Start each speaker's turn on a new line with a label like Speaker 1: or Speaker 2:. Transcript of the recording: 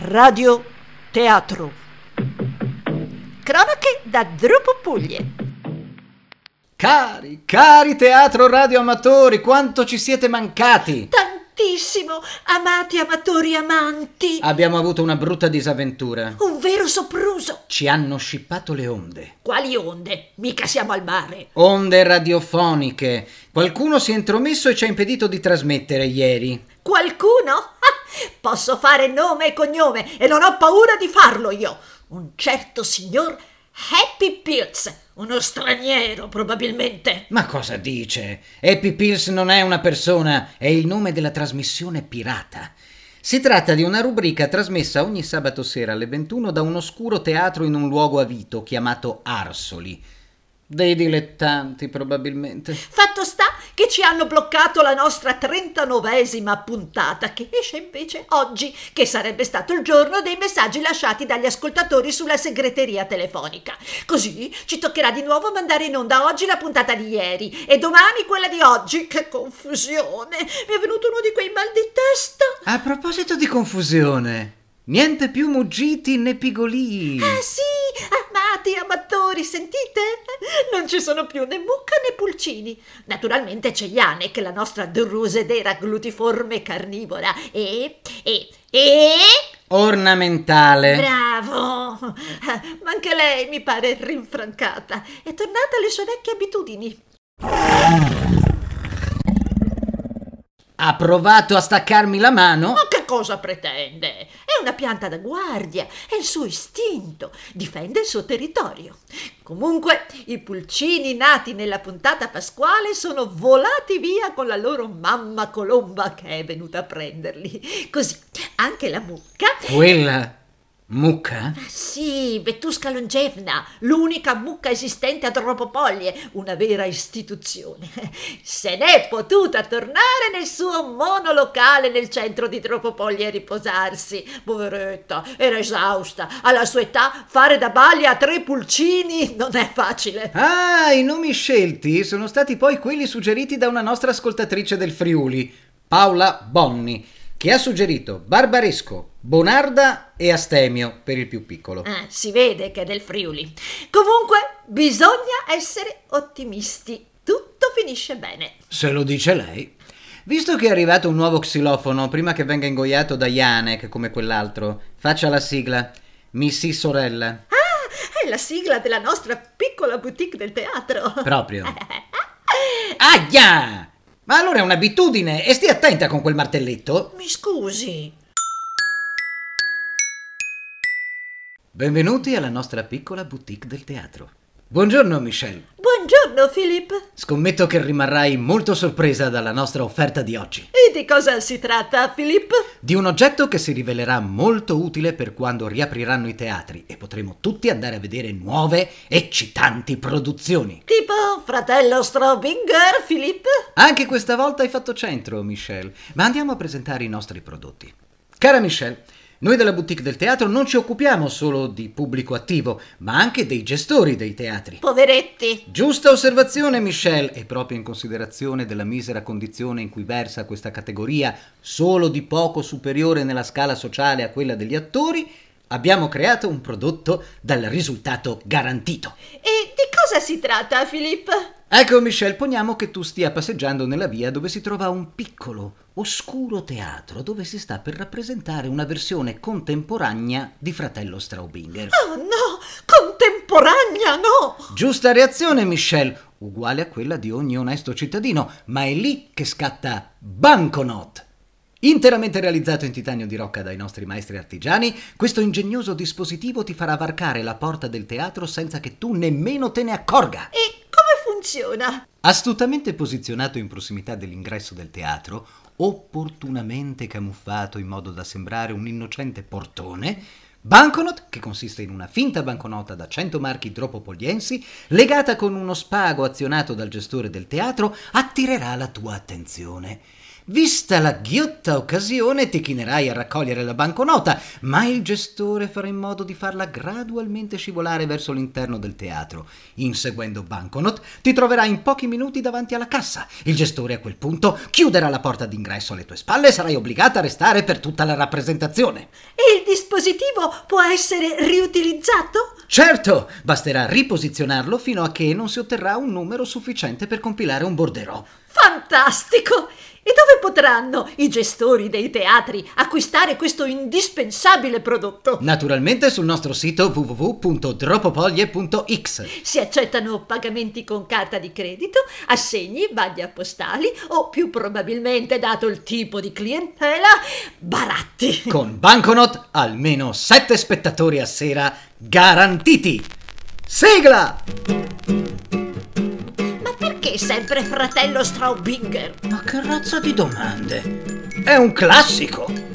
Speaker 1: Radio Teatro. Cronache da Drupo Puglie.
Speaker 2: Cari teatro radio amatori, quanto ci siete mancati!
Speaker 1: Tantissimo, amati amatori amanti.
Speaker 2: Abbiamo avuto una brutta disavventura.
Speaker 1: Un vero sopruso.
Speaker 2: Ci hanno scippato le onde.
Speaker 1: Quali onde? Mica siamo al mare.
Speaker 2: Onde radiofoniche. Qualcuno si è intromesso e ci ha impedito di trasmettere ieri.
Speaker 1: Qualcuno? Posso fare nome e cognome e non ho paura di farlo io. Un certo signor Happy Pills, uno straniero probabilmente.
Speaker 2: Ma cosa dice? Happy Pills non è una persona, è il nome della trasmissione pirata. Si tratta di una rubrica trasmessa ogni sabato sera alle 21 da un oscuro teatro in un luogo a Vito chiamato Arsoli. Dei dilettanti, probabilmente.
Speaker 1: Fatto sta che ci hanno bloccato la nostra 39esima puntata, che esce invece oggi, che sarebbe stato il giorno dei messaggi lasciati dagli ascoltatori sulla segreteria telefonica. Così ci toccherà di nuovo mandare in onda oggi la puntata di ieri e domani quella di oggi. Che confusione! Mi è venuto uno di quei mal di testa.
Speaker 2: A proposito di confusione, niente più muggiti né pigolii.
Speaker 1: Ah sì, amati amatori, sentite? Non ci sono più né mucca né pulcini. Naturalmente c'è Janek, la nostra drusedera glutiforme carnivora e
Speaker 2: ornamentale.
Speaker 1: bravo! Ma anche lei mi pare rinfrancata. È tornata alle sue vecchie abitudini.
Speaker 2: Ha provato a staccarmi la mano?
Speaker 1: Ma che cosa pretende? È una pianta da guardia, è il suo istinto, difende il suo territorio. Comunque, i pulcini nati nella puntata pasquale sono volati via con la loro mamma colomba che è venuta a prenderli. Così, anche la mucca...
Speaker 2: Quella mucca?
Speaker 1: Ah sì, Vetusca longevna, l'unica mucca esistente a Tropopoglie, una vera istituzione. Se n'è potuta tornare nel suo monolocale nel centro di Tropopoglie a riposarsi. Poveretta, era esausta. Alla sua età fare da balia a 3 pulcini non è facile.
Speaker 2: Ah, i nomi scelti sono stati poi quelli suggeriti da una nostra ascoltatrice del Friuli, Paola Bonni, che ha suggerito Barbaresco, Bonarda e Astemio per il più piccolo.
Speaker 1: Si vede che è del Friuli. Comunque, bisogna essere ottimisti. Tutto finisce bene.
Speaker 2: Se lo dice lei. Visto che è arrivato un nuovo xilofono, prima che venga ingoiato da Janek come quell'altro, faccia la sigla. Missi sorella.
Speaker 1: Ah, è la sigla della nostra piccola boutique del teatro.
Speaker 2: Proprio. Ahia! Ma allora è un'abitudine e stia attenta con quel martelletto.
Speaker 1: Mi scusi.
Speaker 2: Benvenuti alla nostra piccola boutique del teatro. Buongiorno Michelle.
Speaker 1: Buongiorno Philip.
Speaker 2: Scommetto che rimarrai molto sorpresa dalla nostra offerta di oggi.
Speaker 1: E di cosa si tratta, Philip?
Speaker 2: Di un oggetto che si rivelerà molto utile per quando riapriranno i teatri e potremo tutti andare a vedere nuove, eccitanti produzioni.
Speaker 1: Tipo Fratello Straubinger, Philip?
Speaker 2: Anche questa volta hai fatto centro, Michelle, ma andiamo a presentare i nostri prodotti. Cara Michelle, noi della boutique del teatro non ci occupiamo solo di pubblico attivo, ma anche dei gestori dei teatri.
Speaker 1: Poveretti.
Speaker 2: Giusta osservazione, Michelle, e proprio in considerazione della misera condizione in cui versa questa categoria, solo di poco superiore nella scala sociale a quella degli attori, abbiamo creato un prodotto dal risultato garantito.
Speaker 1: E di cosa si tratta, Philip?
Speaker 2: Ecco, Michelle, poniamo che tu stia passeggiando nella via dove si trova un piccolo, oscuro teatro dove si sta per rappresentare una versione contemporanea di Fratello Straubinger.
Speaker 1: Oh no, contemporanea no!
Speaker 2: Giusta reazione, Michelle, uguale a quella di ogni onesto cittadino, ma è lì che scatta Banconot. Interamente realizzato in titanio di rocca dai nostri maestri artigiani, questo ingegnoso dispositivo ti farà varcare la porta del teatro senza che tu nemmeno te ne accorga.
Speaker 1: E come funziona?
Speaker 2: Astutamente posizionato in prossimità dell'ingresso del teatro, opportunamente camuffato in modo da sembrare un innocente portone, Banconot, che consiste in una finta banconota da 100 marchi dropopoliensi, legata con uno spago azionato dal gestore del teatro, attirerà la tua attenzione. Vista la ghiotta occasione, ti chinerai a raccogliere la banconota, ma il gestore farà in modo di farla gradualmente scivolare verso l'interno del teatro. Inseguendo Banconot, ti troverai in pochi minuti davanti alla cassa. Il gestore a quel punto chiuderà la porta d'ingresso alle tue spalle e sarai obbligata a restare per tutta la rappresentazione.
Speaker 1: E il dispositivo può essere riutilizzato?
Speaker 2: Certo, basterà riposizionarlo fino a che non si otterrà un numero sufficiente per compilare un borderò.
Speaker 1: Fantastico! E dove potranno i gestori dei teatri acquistare questo indispensabile prodotto?
Speaker 2: Naturalmente sul nostro sito www.dropopoglie.x.
Speaker 1: Si accettano pagamenti con carta di credito, assegni, baglia postali o, più probabilmente, dato il tipo di clientela, baratti.
Speaker 2: Con Banconot almeno 7 spettatori a sera garantiti. Sigla!
Speaker 1: Perché sempre fratello Straubinger?
Speaker 2: Ma che razza di domande? È un classico!